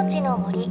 命の森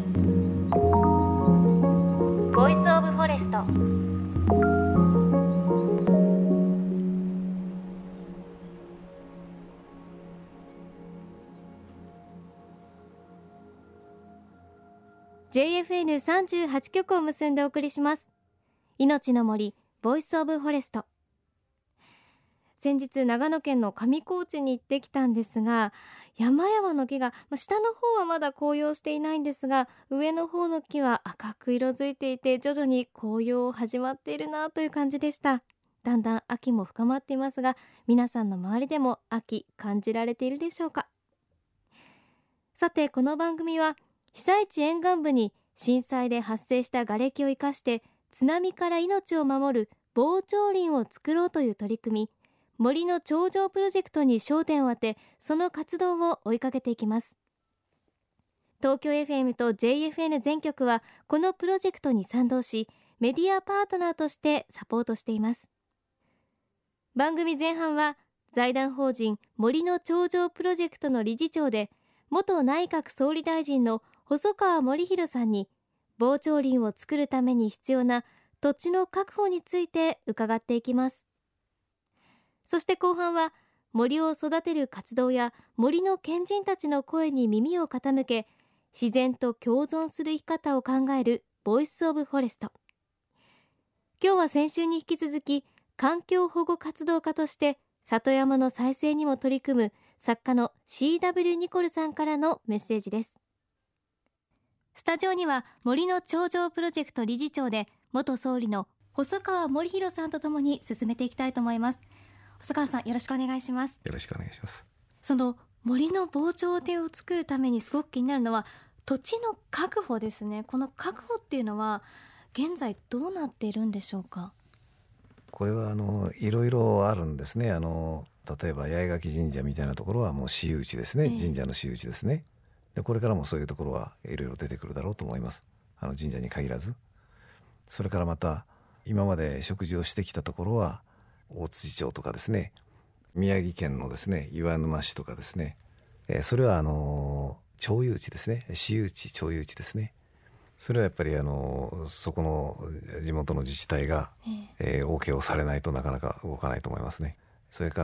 ボイスオブフォレスト。JFN38 局を結んでお送りします。命の森ボイスオブフォレスト。先日長野県の上高地に行ってきたんですが、山々の木が下の方はまだ紅葉していないんですが、上の方の木は赤く色づいていて徐々に紅葉始まっているなという感じでした。だんだん秋も深まっていますが、皆さんの周りでも秋感じられているでしょうか。さて、この番組は被災地沿岸部に震災で発生した瓦礫を生かして津波から命を守る防潮林を作ろうという取り組み、森の頂上プロジェクトに焦点を当て、その活動を追いかけていきます。東京 FM と JFN 全局はこのプロジェクトに賛同し、メディアパートナーとしてサポートしています。番組前半は財団法人森の頂上プロジェクトの理事長で元内閣総理大臣の細川護熙さんに防潮林を作るために必要な土地の確保について伺っていきます。そして後半は森を育てる活動や森の賢人たちの声に耳を傾け、自然と共存する生き方を考えるボイスオブフォレスト。今日は先週に引き続き環境保護活動家として里山の再生にも取り組む作家の CW ニコルさんからのメッセージです。スタジオには森の頂上プロジェクト理事長で元総理の細川護熙さんとともに進めていきたいと思います。細川さん、よろしくお願いします。 よろしくお願いします。 その森の防潮堤を作るためにすごく気になるのは土地の確保ですね。この確保っていうのは現在どうなっているんでしょうか。 これはいろいろあるんですね。例えば八重垣神社みたいなところはもう私有地ですね、神社の私有地ですね。でこれからもそういうところはいろいろ出てくるだろうと思います。神社に限らず。それからまた今まで植樹をしてきたところは大槌町とかですね、宮城県のですね岩沼市とかですね、それは町有地ですね、私有地町有地ですね。それはやっぱりそこの地元の自治体が、OK をされないとなかなか動かないと思いますね。それから、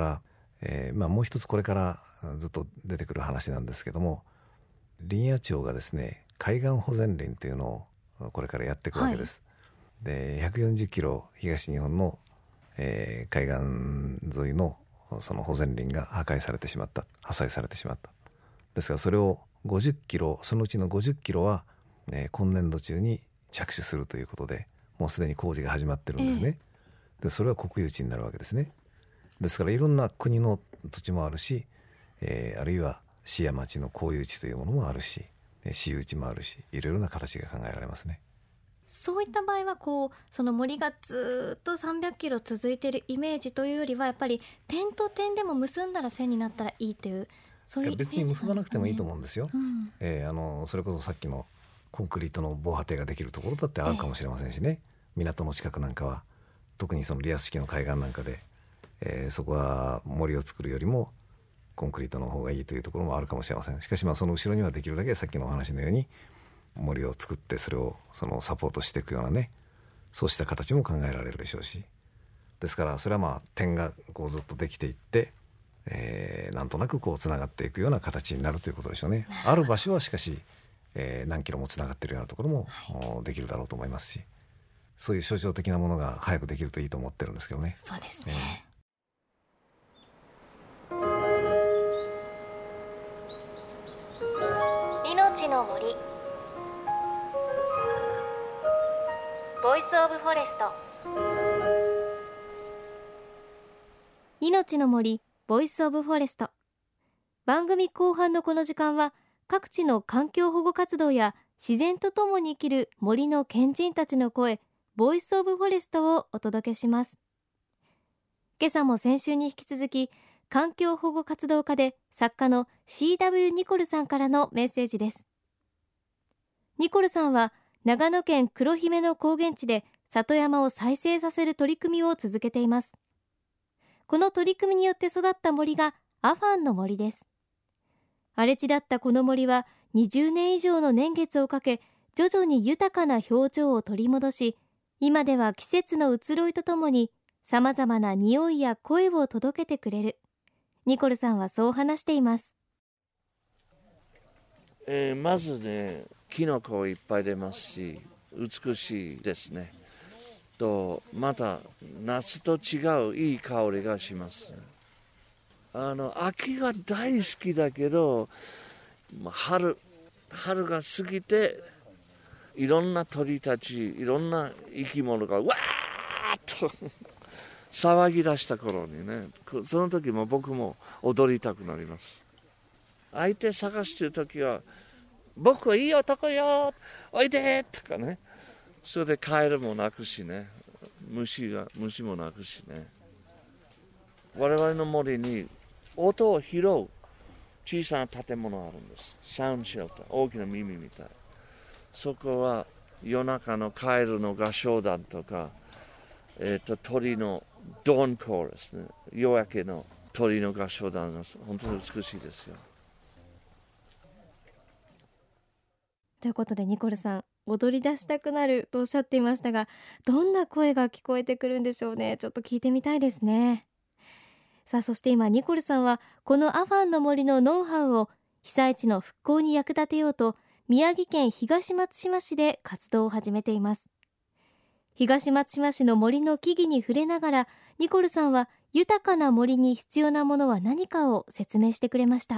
もう一つこれからずっと出てくる話なんですけども、林野庁がですね海岸保全林というのをこれからやっていくわけです、で140キロ東日本の、海岸沿いのその保全林が破壊されてしまった、破砕されてしまった。ですからそれを50キロ、そのうちの50キロは今年度中に着手するということで、もうすでに工事が始まってるんですね、でそれは国有地になるわけですね。ですからいろんな国の土地もあるし、あるいは市や町の公有地というものもあるし、私有地もあるし、いろいろな形が考えられますね。 そういった場合はその森がずっと300キロ続いているイメージというよりは、やっぱり点と点でも結んだら線になったらいいという、そういうイメージなんですかね。別に結ばなくてもいいと思うんですよ、それこそさっきのコンクリートの防波堤ができるところだってあるかもしれませんしね、港の近くなんかは、特にそのリアス式の海岸なんかで、そこは森を作るよりもコンクリートの方がいいというところもあるかもしれません。しかしその後ろにはできるだけさっきのお話のように森を作って、それをサポートしていくようなね、そうした形も考えられるでしょうし、ですからそれは点がずっとできていって、なんとなくつながっていくような形になるということでしょうね。ある場所はしかし、何キロもつながっているようなところも、できるだろうと思いますし、そういう象徴的なものが早くできるといいと思ってるんですけどね。 そうですね、命の森ボイスオブフォレスト。命の森ボイスオブフォレスト。番組後半のこの時間は各地の環境保護活動や自然とともに生きる森の賢人たちの声、ボイスオブフォレストをお届けします。今朝も先週に引き続き環境保護活動家で作家の CW ニコルさんからのメッセージです。ニコルさんは長野県黒姫の高原地で里山を再生させる取り組みを続けています。この取り組みによって育った森がアファンの森です。荒れ地だったこの森は 20年以上の年月をかけ、徐々に豊かな表情を取り戻し、今では季節の移ろいとともにさまざまな匂いや声を届けてくれる。ニコルさんはそう話しています。 まずね、キノコいっぱい出ますし、美しいですね。とまた夏と違ういい香りがします。秋が大好きだけど、春が過ぎて、いろんな鳥たち、いろんな生き物がわーっと騒ぎ出した頃にね、その時も僕も踊りたくなります。相手探してる時は、僕はいい男よ、おいでとかね、それでカエルも鳴くしね、虫も鳴くしね。我々の森に音を拾う小さな建物があるんです。サウンドシェルター、大きな耳みたい。そこは夜中のカエルの合唱団とか、鳥のドーンコーラスね、夜明けの鳥の合唱団が本当に美しいですよ。 ということでニコルさん、踊り出したくなるとおっしゃっていましたが、どんな声が聞こえてくるんでしょうね。ちょっと聞いてみたいですね。さあ、そして今ニコルさんはこのアファンの森のノウハウを被災地の復興に役立てようと、宮城県東松島市で活動を始めています。東松島市の森の木々に触れながら、ニコルさんは豊かな森に必要なものは何かを説明してくれました。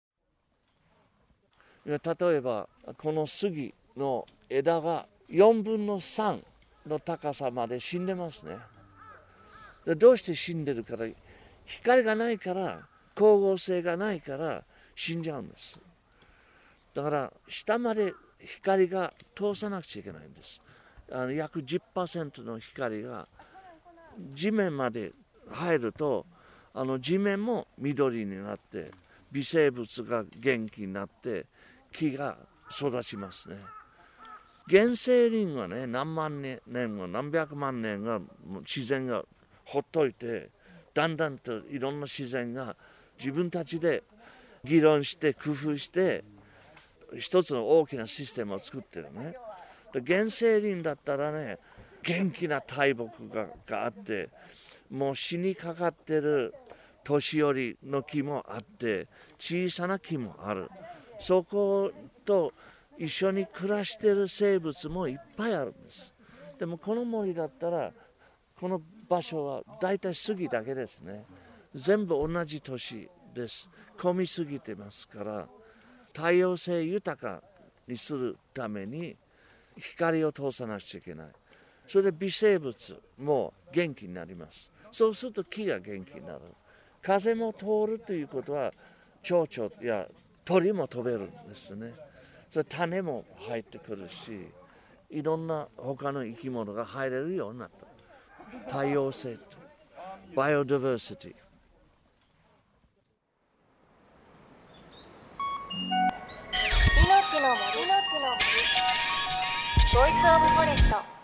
例えばこの杉の枝が4分の3の高さまで死んでますね。でどうして死んでるから、光がないから、光合成がないから死んじゃうんです。だから下まで光が通さなくちゃいけないんです。約 10% の光が地面まで入ると、地面も緑になって微生物が元気になって木が育ちますね。原生林はね、何万年も何百万年が自然がほっといて、だんだんといろんな自然が自分たちで議論して工夫して一つの大きなシステムを作ってるね。原生林だったらね、元気な大木があって、もう死にかかってる年寄りの木もあって、小さな木もある。そこと一緒に暮らしている生物もいっぱいあるんです。でもこの森だったら、この場所はだいたい杉だけですね。全部同じ年です。混みすぎてますから、多様性豊かにするために光を通さなくちゃいけない。それで微生物も元気になります。そうすると木が元気になる。風も通るということは、蝶々や鳥も飛べるんですね。それ種も入ってくるし、いろんな他の生き物が入れるようになった。多様性とバイオダイバーシティ。 命の森ボイスオブフォレスト。